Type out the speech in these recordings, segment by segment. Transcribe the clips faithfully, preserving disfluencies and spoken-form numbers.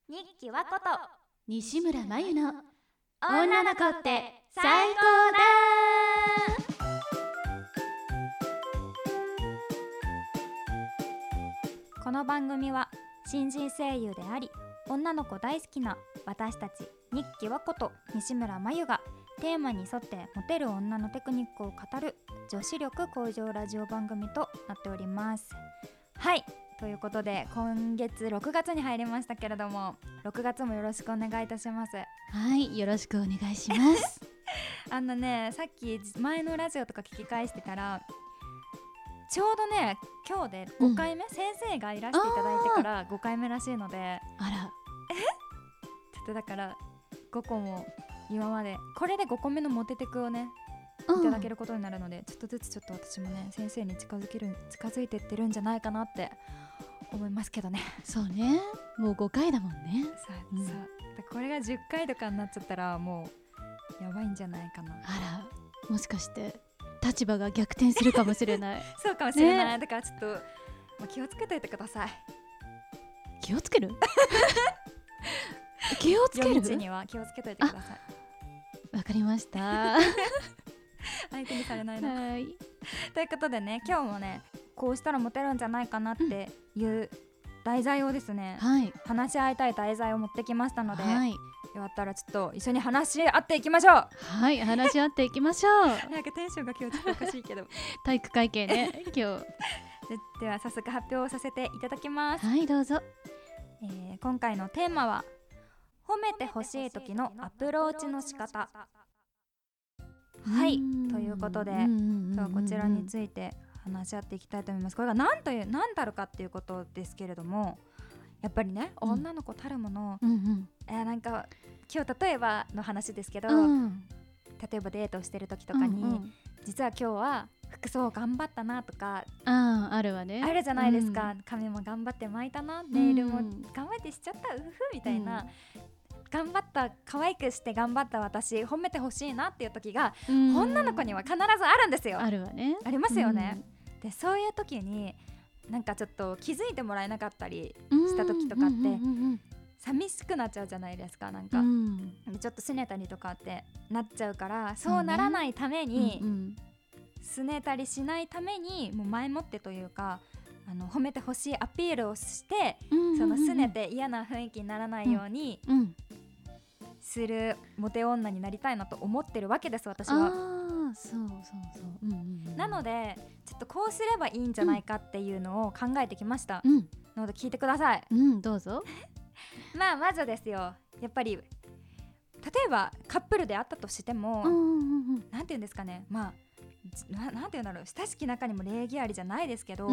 日記はこと西村真由の女の子って最高だ。この番組は新人声優であり女の子大好きな私たち日記はこと西村真由がテーマに沿ってモテる女のテクニックを語る女子力向上ラジオ番組となっております。はい、ということで今月ろくがつに入りましたけれども、ろくがつもよろしくお願いいたします。 はい、よろしくお願いしますあのね、さっき前のラジオとか聞き返してたらちょうどね今日でごかいめ、うん、先生がいらしていただいてからごかいめらしいので、 あらえちょっとだからごこも今までこれでごこめのモテテクをねいただけることになるので、ちょっとずつちょっと私もね先生に近づける近づいてってるんじゃないかなって思いますけどね。 そうね、もうごかいだもんね。 さあ、うん、さあこれがじゅっかいとかになっちゃったらもうやばいんじゃないかな。 あら、もしかして立場が逆転するかもしれないそうかもしれない、ね、だからちょっと、まあ、気をつけといてください。 気をつける気をつける、 夜道には気をつけといてください。 わかりました相手にされないのはい。 ということでね、今日もねこうしたらモテるんじゃないかなっていう題材をですね、 はい、 話し合いたい題材を持ってきましたので、 はい、 よかったらちょっと一緒に話し合っていきましょう。 はい、話し合っていきましょうなんかテンションが今日ちょっとおかしいけど体育会系ね今日で, では早速発表をさせていただきます。 はい、どうぞ。 えー、今回のテーマは褒めてほしい時のアプローチの仕方。はい、ということで今日はこちらについて話し合っていきたいと思います。これが何という何たるかっていうことですけれども、やっぱりね、うん、女の子たるもの、うんうん、えー、なんか今日例えばの話ですけど、うん、例えばデートしてる時とかに、うんうん、実は今日は服装頑張ったなとか、 あ, あるわね、 あるじゃないですか、うん、髪も頑張って巻いたな、ネイルも頑張ってしちゃった、うふみたいな、うん、頑張った可愛くして頑張った私褒めてほしいなっていう時が、うん、女の子には必ずあるんですよ。 あるわね、 ありますよね、うん、でそういう時になんかちょっと気づいてもらえなかったりした時とかって寂しくなっちゃうじゃないですか。なんか、うん、ちょっと拗ねたりとかってなっちゃうから、そうならないために、うんうん、拗ねたりしないためにもう前もってというか、あの褒めてほしいアピールをして、うんうんうん、その拗ねて嫌な雰囲気にならないようにするモテ女になりたいなと思ってるわけです、私は。 あ、そうそうそう、うんうんうん、 なのでちょっとこうすればいいんじゃないかっていうのを考えてきました、うん、なので聞いてください、 うん、どうぞまあまずですよ、やっぱり例えばカップルであったとしても、うんうんうん、なんて言うんですかね、まあ な, なんて言うんだろう、親しき中にも礼儀ありじゃないですけど、うん、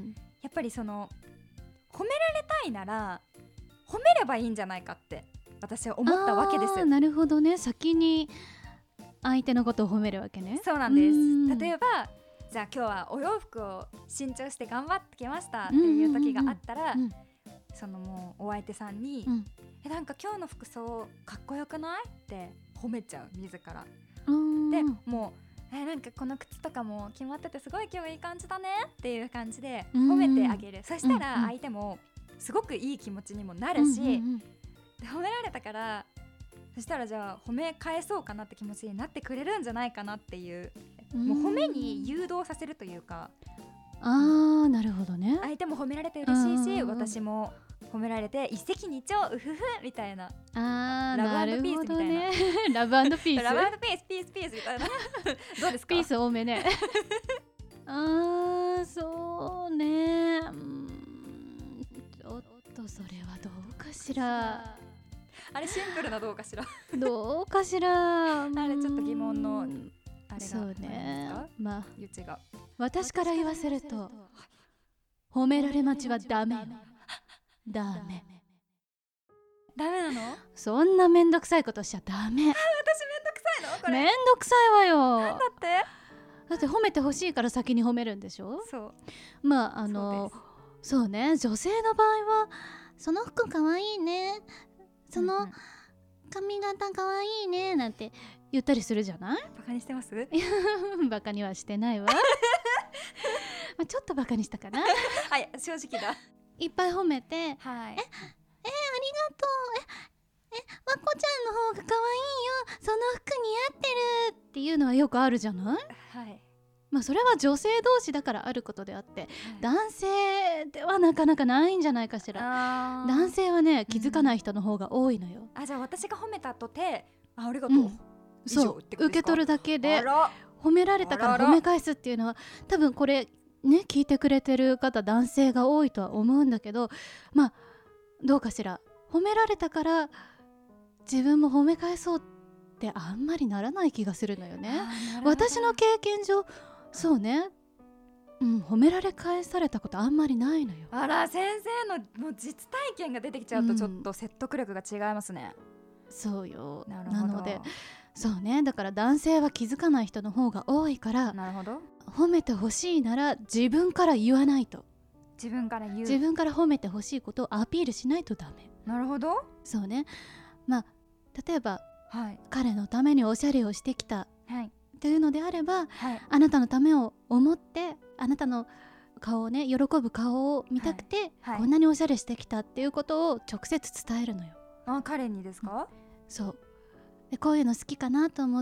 やっぱりその褒められたいなら褒めればいいんじゃないかって私は思ったわけです。 あ、なるほどね、先に相手のことを褒めるわけね。 そうなんです。例えばじゃあ今日はお洋服を新調して頑張ってきましたっていう時があったら、うんうんうん、そのもうお相手さんに、うん、えなんか今日の服装かっこよくないって褒めちゃう、自ら。でもうえなんかこの靴とかも決まっててすごい今日いい感じだねっていう感じで褒めてあげる。そしたら相手もすごくいい気持ちにもなるし、うんうんうん、で褒められたからそしたらじゃあ褒め返そうかなって気持ちになってくれるんじゃないかなっていう、うもう褒めに誘導させるというか。 あー、なるほどね。 相手も褒められて嬉しいし、私も褒められて一石二鳥、うふふみたいな。 あー、 ラブ&ピースみたいな、ね、 ラブ&ピースラブ&ピースピースピースみたいなどうですか？ ピース多めねあー、そうね、うん、ちょっとそれはどうかしら。 あれシンプルなどうかしらどうかしらあれちょっと疑問のあれがそうね、まあゆちが私から言わせると褒められ待ちはダメよ。ダメダメなの？ そんなめんどくさいことしちゃダメ。 私めんどくさいの？これめんどくさいわよ。 なんだって？ だって褒めてほしいから先に褒めるんでしょ。 そう、 まああのそう、そうね、女性の場合はその服かわいいね、その髪型かわいいねなんて言ったりするじゃない？ バカにしてます？ バカにはしてないわまあちょっとバカにしたかなはい、 正直だ。 いっぱい褒めて、 はい、 ええありがとう、 いうのはよくあるじゃない？ はい。 まあそれは女性同士だからあることであって、はい、男性ではなかなかないんじゃないかしら。男性はね気づかない人の方が多いのよ、 うん、あ、じゃあ私が褒めたとて、あ、ありがとう、うん、 そう受け取るだけで褒められたから褒め返すっていうのは、多分これね聞いてくれてる方男性が多いとは思うんだけど、まあどうかしら、褒められたから自分も褒め返そうってあんまりならない気がするのよね。私の経験上そうね、うん、褒められ返されたことあんまりないのよ。 あら、先生のもう実体験が出てきちゃうとちょっと説得力が違いますね、 うん、そうよ。 な, なのでそうね、だから男性は気づかない人の方が多いから、 なるほど、 褒めてほしいなら自分から言わないと。 自分から言う、 自分から褒めてほしいことをアピールしないとダメ。 なるほど。 そうね、まあ例えば、 はい、 彼のためにおしゃれをしてきた、 はい、 というのであれば、 はい、 あなたのためを思ってあなたの顔をね喜ぶ顔を見たくて、はいはい、こんなにおしゃれしてきたっていうことを直接伝えるのよ。 あ、彼にですか？うん、 そうで、こういうの好きかなと思って、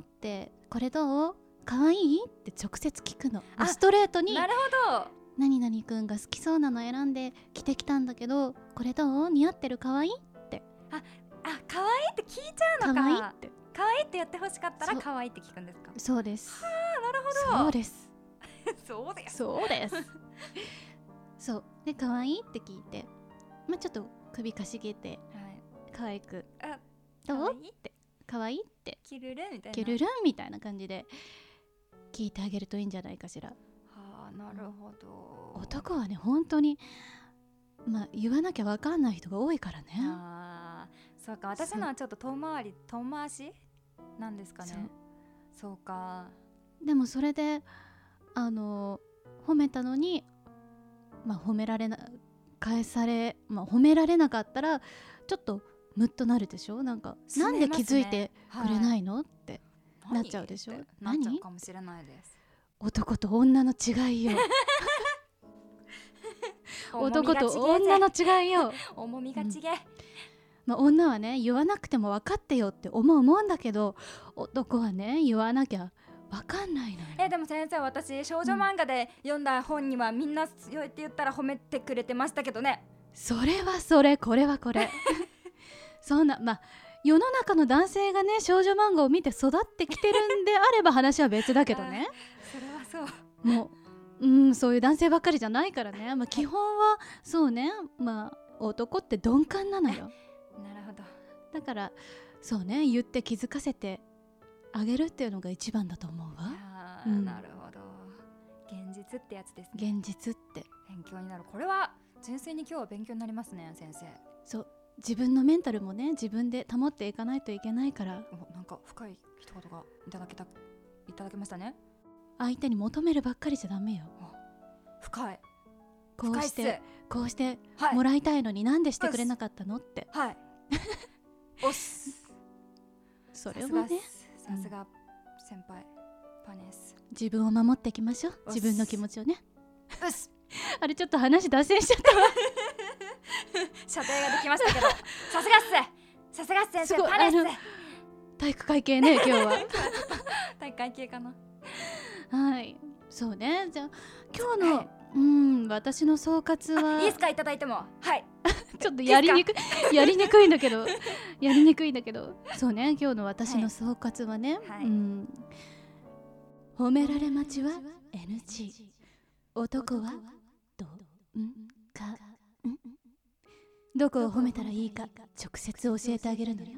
これどう？かわいい？って直接聞くの。ストレートに。 なるほど。 何々くんが好きそうなの選んで着てきたんだけど、これどう？似合ってる？かわいい？って。 あ、あ、かわいいって聞いちゃうのか。 かわいいって。 かわいいって言ってほしかったらかわいいって聞くんですか？ そうです。 はあ、なるほど。 そうですそうです。 そうですそうで、かわいいって聞いて、まあ、ちょっと首かしげて、はい、可愛く、あ、どう？ってかわいいってキルルみたいな、 キルルンみたいな感じで聞いてあげるといいんじゃないかしら。はあ、なるほど。 男はね本当にまあ言わなきゃ分かんない人が多いからね。 あ、そうか、私のはちょっと遠回り遠回しなんですかね。そう、そうか。 でもそれであの褒めたのに、まあ褒められな返され、まあ褒められなかったらちょっとムッとなるでしょ。なんか、ね、なんで気づいてくれないの、はい、ってなっちゃうでしょ。 なっちゃうかもしれないです。 男と女の違いよ男と女の違いよ。 重みが違え、うん、 まあ、女はね言わなくても分かってよって思うもんだけど、男はね言わなきゃ分かんないのよ。 え、でも先生、私少女漫画で読んだ本にはみんな強いって言ったら褒めてくれてましたけどね。 それはそれ、これはこれそんな、まあ世の中の男性がね少女漫画を見て育ってきてるんであれば話は別だけどねそれはそう。 もう、うん、そういう男性ばっかりじゃないからね、まあ、基本はそうね、まあ男って鈍感なのよなるほど。 だからそうね、言って気づかせてあげるっていうのが一番だと思うわ。 あ、うん、なるほど。現実ってやつですね。 現実って勉強になる。これは純粋に今日は勉強になりますね、先生。 そう、自分のメンタルもね自分で保っていかないといけないから。 お、なんか深い一言がいただけたいただけましたね。 相手に求めるばっかりじゃダメよ。 深い。 こうしてこうしてもらいたいのになんでしてくれなかったのって。 はい。おっす。 それはね、 さすが先輩、うん、パネス。 自分を守っていきましょう。自分の気持ちをね。 うっすあれちょっと話脱線しちゃったわ射程ができましたけどさすがっす。さすがっす先生、パネス。 体育会系ね今日は体育会系かな。 はい、そうね。じゃあ今日の、はい、うん私の総括は。 いいですか、いただいても。はいちょっとやりにくいやりにくいんだけどやりにくいんだけどそうね、今日の私の総括はね、はい、うん、褒められ待ちは エヌジー、 男はどんかん、どこを褒めたらいいか直接教えてあげるのよ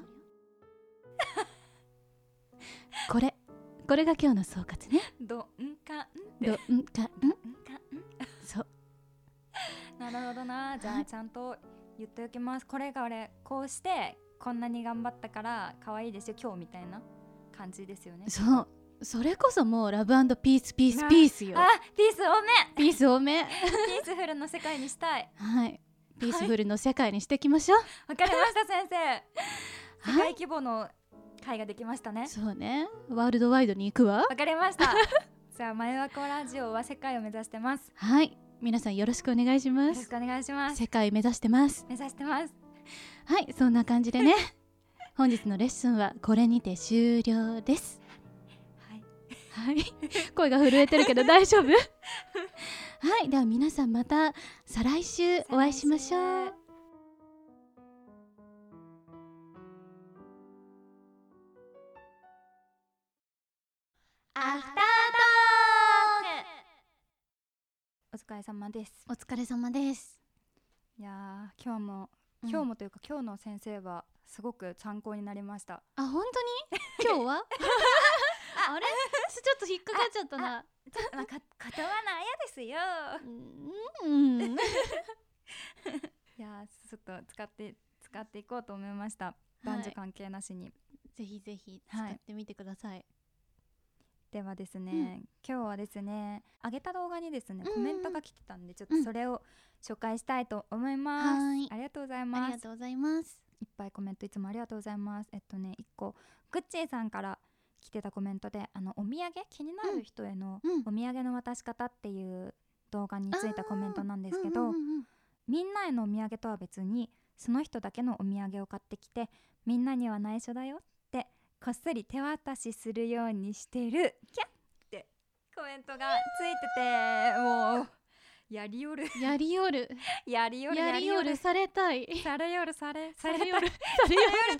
これこれが今日の総括ね。 どんかんどんかん、そう。 なるほどな。じゃあちゃんと言っておきます。これが俺こうしてこんなに頑張ったから可愛いですよ今日みたいな感じですよね。 そう、それこそもうラブ&ピースピースピースよ。 あ、ピース多め。 ピース多めピースフルの世界にしたい。 はい、ピースフルの世界にしていきましょう。わ、 はい、かりました先生。世界規模の会ができましたね、はい、 そうね、ワールドワイドに行くわ。 わかりましたじゃあマヨワコラジオは世界を目指してます。 はい、皆さんよろしくお願いします。 よろしくお願いします。 世界目指してます。 目指してます。 はい、そんな感じでね本日のレッスンはこれにて終了です。 はいはい声が震えてるけど大丈夫はい、では皆さんまた再来週お会いしましょう。 アフタートーク。お疲れ様です。 お疲れ様です。 いやー、今日も、うん、今日もというか今日の先生はすごく参考になりました。 あ、本当に今日はあ, あれちょっと引っかかっちゃったな。 ちょっと、まあ、か片はなんやですよ。 うんいやー、ちょっと使って使っていこうと思いました。男女関係なしに、はい、 ぜひぜひ使ってみてください、はい。 ではですね、うん、今日はですね上げた動画にですね、うん、コメントが来てたんで、ちょっとそれを紹介したいと思います、うん、ありがとうございます。 ありがとうございます。 いっぱいコメントいつもありがとうございます。えっとねいっこグッチーさんから来てたコメントで、あのお土産気になる人へのお土産の渡し方っていう動画についたコメントなんですけど、みんなへのお土産とは別にその人だけのお土産を買ってきて、みんなには内緒だよってこっそり手渡しするようにしてるキャッってコメントがついてて、もうやりよるやりよるやりよるやりよるされたいされよるされされよるされよるされよる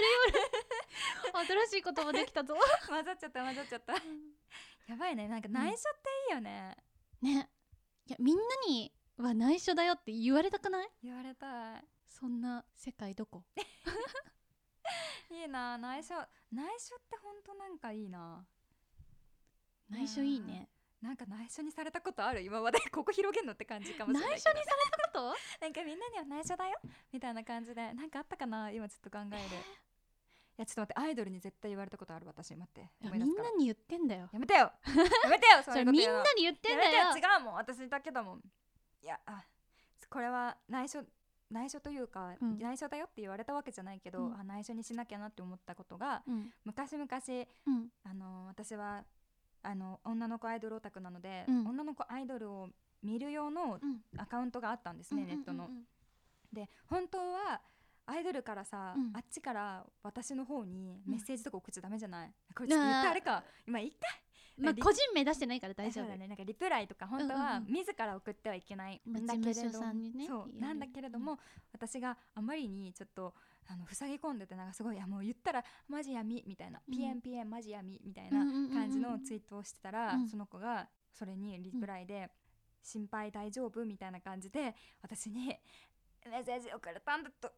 新しい言葉できたぞ混ざっちゃった混ざっちゃった、うん、やばいね、なんか内緒っていいよね、 うん、ね、いやみんなには内緒だよって言われたくない？ 言われたい。 そんな世界どこいいな、内緒内緒ってほんとなんかいいな。 内緒いいね。 なんか内緒にされたことある？今までここ広げんのって感じかもしれない。 内緒にされたことなんかみんなには内緒だよみたいな感じで、なんかあったかな、今ちょっと考える。いやちょっと待って、アイドルに絶対言われたことある。私待って、 みんなに言ってんだよ。 やめてよやめてよそれみんなに言ってんだよ。 やめてよ、違うもん、私だけだもん。いや、あ、これは内緒内緒というか、うん、内緒だよって言われたわけじゃないけど、うん、あ、内緒にしなきゃなって思ったことが、うん、昔々、うん、あの私はあの女の子アイドルオタクなので、うん、女の子アイドルを見る用のアカウントがあったんですね、うん、ネットの、うんうんうん、で本当はアイドルからさ、うん、あっちから私の方にメッセージとか送っちゃダメじゃない、うん、これちょっと言ってあれか今言った、 まあ、個人名出してないから大丈夫。 そうだね、なんかリプライとか本当は自ら送ってはいけないんだけれども、ね、そうなんだけれども、うん、私があまりにちょっとあの塞ぎ込んでて、なんかすごい、いやもう言ったらマジ闇みたいな、うん、ピエンピエンマジ闇みたいな感じのツイートをしてたら、うん、その子がそれにリプライで、うん、心配大丈夫みたいな感じで私にメッセージ送れたんだと。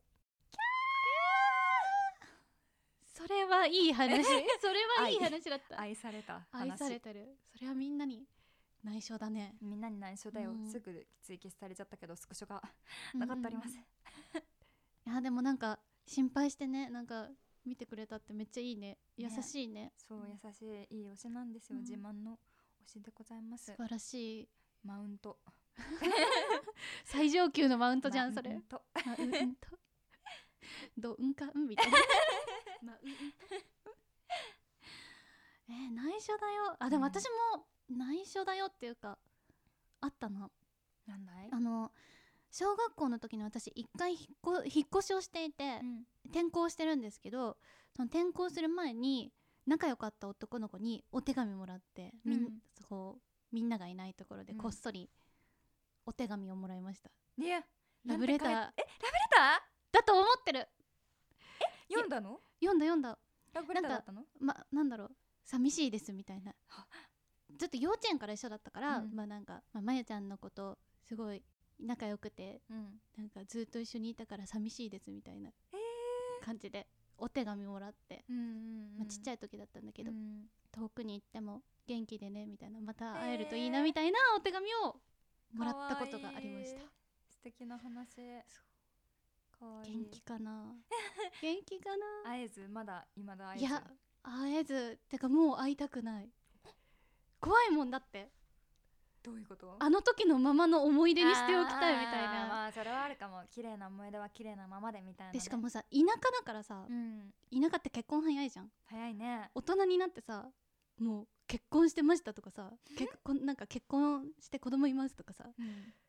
それはいい話それはいい話だった愛された話、 愛されてる。それはみんなに内緒だね。 みんなに内緒だよ、うん、すぐ追記されちゃったけどスクショがなかったあります、 うん、いやでもなんか心配してね、なんか見てくれたってめっちゃいいね。優しい ね, ねそう優しい、いい推しなんですよ、うん、自慢の推しでございます。 素晴らしいマウント最上級のマウントじゃんそれ。マウントマウントどうんかんみたいなマウントえー、内緒だよ。あでも私も内緒だよっていうかあったな。 なんだい？ あの小学校の時に私一回引っこ引っ越しをしていて、うん、転校してるんですけど、その転校する前に仲良かった男の子にお手紙もらって、うん、みんそうみんながいないところでこっそりお手紙をもらいました。 いや、 ラブレター。え、ラブレターだと思ってる。 え、読んだの？ 読んだ読んだ。 ラブレターだったの？ ま、なんだろう、寂しいですみたいな。ちょっと幼稚園から一緒だったから、うん、まあなんか、まあ、まゆちゃんのことすごい仲良くて、うん、なんかずっと一緒にいたから寂しいですみたいな感じでお手紙もらって、うんうんうんまあ、ちっちゃい時だったんだけど、うん、遠くに行っても元気でねみたいな、また会えるといいなみたいなお手紙をもらったことがありました。 素敵な話。かわいい。 元気かな元気かな。 会えず、まだ未だ会えず。 いや会えずてかもう会いたくない。怖いもんだって。 どういうこと？あの時のままの思い出にしておきたいみたいな。 あまあそれはあるかも。綺麗な思い出は綺麗なままでみたいな、ね、 でしかもさ田舎だからさ、うん、田舎って結婚早いじゃん。 早いね。 大人になってさ、もう結婚してましたとかさ、結婚なんか結婚して子供いますとかさ、うん、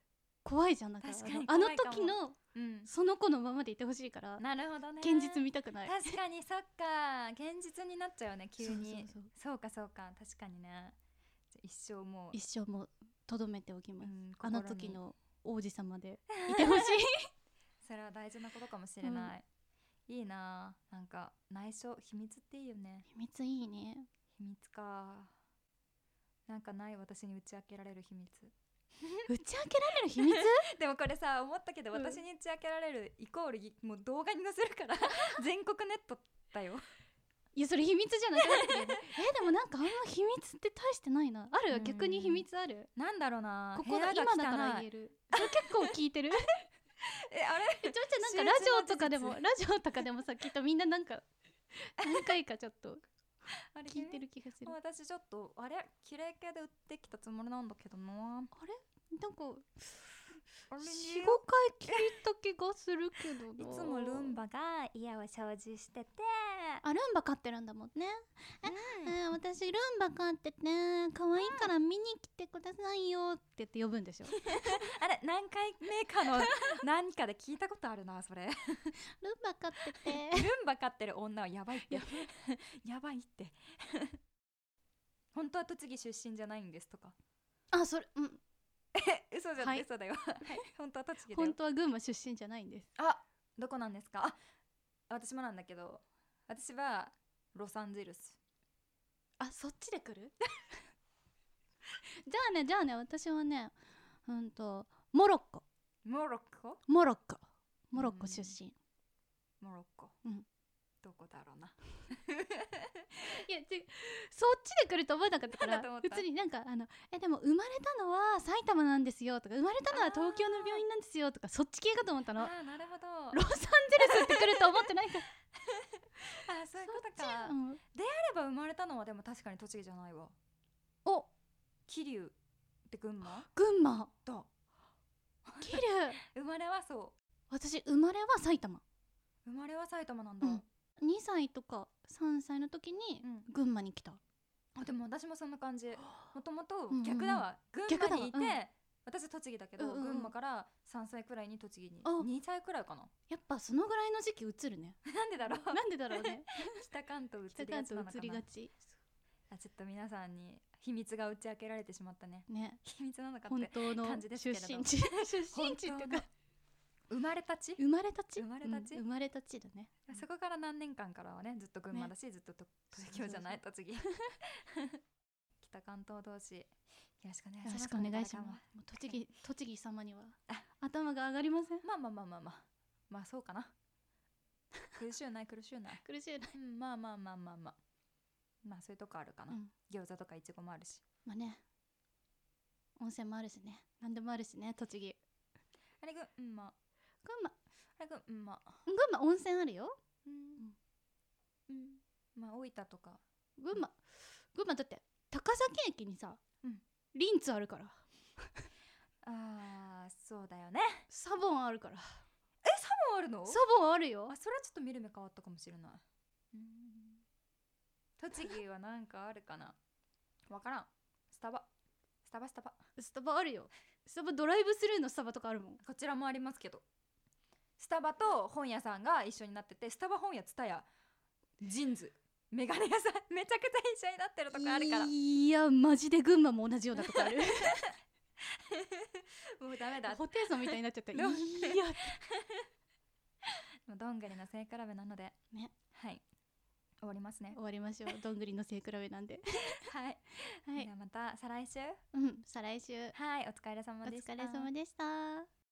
怖いじゃん。なんか確かにあのあ怖いかもの時のうんその子のままでいてほしいから、 なるほどね現実見たくない。 確かにそっか現実になっちゃうよね急にそうそうそうそうかそうか確かにねじゃ一生もう一生もとどめておきます、 うんあの心に時の王子様でいてほしいそれは大事なことかもしれない、いいななんか内緒秘密っていいよね秘密いいね。 秘密かなんかない私に打ち明けられる秘密打ち明けられる秘密でもこれさ思ったけど、 うん私に打ち明けられるイコールぎもう動画に載せるから全国ネットだよいやそれ秘密じゃなくなってくるよねえでもなんかあんま秘密って大してないな。あるうん逆に秘密ある。 なんだろうなここの部屋が今だから汚い言える。それ結構聞いてるえあれえちょいちょいなんかラジオとかでもラジオとかでもさきっとみんななんか何回かちょっとあれ聞いてる気がする。 私ちょっとあれ綺麗系で売ってきたつもりなんだけどなあれなんかあれよん、ごかい聞いた気がするけどないつもルンバが家を掃除しててあルンバ飼ってるんだもんね。 うんえー私ルンバ飼ってて可愛いから見に来てくださいよって言って呼ぶんでしょあれ何回目かの何かで聞いたことあるなそれルンバ飼っててルンバ飼ってる女はやばいってやばいって本当は栃木出身じゃないんですとかあそれうんえ嘘じゃん、 はい嘘だよはい本当は栃木だよ本当は群馬出身じゃないんです。 あどこなんですか。あ私もなんだけど私はロサンゼルス。 あそっちで来るじゃあねじゃあね私はねうんとモロッコモロッコモロッコモロッコ出身。 モロッコ、 うん、 どこだろうないやちそっちで来ると思わなかったからなんだと思った普通になんかあのえでも生まれたのは埼玉なんですよとか生まれたのは東京の病院なんですよとかそっち系かと思ったの。 あーなるほどロサンゼルスって来ると思ってないからあそういうことかうん、 あれば生まれたのはでも確かに栃木じゃないわ。 お桐生って群馬群馬だ綺麗生まれはそ私生まれは埼玉、 う生まれは埼玉なんだ、 うん、にさいとかさんさいの時にうん群馬に来た。 あでも私もそんな感じもともとうんうん逆だわ、群馬にいて、 逆だわうん私栃木だけど、 うんうんうん群馬からさんさいくらいに栃木にあにさいくらいかなやっぱそのぐらいの時期映るねなんでだろうなんでだろうね北関東移北りが関東映りちなのかながちあちょっと皆さんに秘密が打ち明けられてしまったねね秘密なのかって本当の感じです出けれど身地出身地っていう本当のか生まれたち、 生まれたち生まれたちうん生まれたちだね。 そこから何年間からはねずっと群馬だし、ずっとと東京じゃない栃木北関東同士よろしくお願いします。 よろしくお願いします。もう栃木栃木様には頭が上がりません。 まあまあまあまあまあまあそうかな苦しゅうない苦しゅうない、 苦しいな。 うん、まあまあまあまあまあまあそういうとこあるかな、 うん餃子とかいちごもあるしまあね温泉もあるしね何でもあるしね栃木。 あれぐうんまあ群馬あれぐうんまあ群馬温泉あるよ。 うんうんまあ大分とか群馬群馬だって高崎駅にさ、 うんリンツあるからあーそうだよね。 サボンあるからえサボンあるの？ サボンあるよ。 あそれはちょっと見る目変わったかもしれない。うん栃木はなんかあるかなわからん。スタバスタバスタバスタバあるよ。スタバドライブスルーのスタバとかあるもん。 こちらもありますけどスタバと本屋さんが一緒になっててスタバ本屋ツタヤジンズメガネ屋さんめちゃくちゃ一緒になってるとこあるからいやマジで群馬も同じようなとこあるもうダメだホテイソンみたいになっちゃった。いどやもうどんぐりの背比べなのでねはい終わりますね終わりましょう。どんぐりの背比べなんではい、 はいではまた再来週うん再来週はいお疲れお様でした。 疲れ様でした。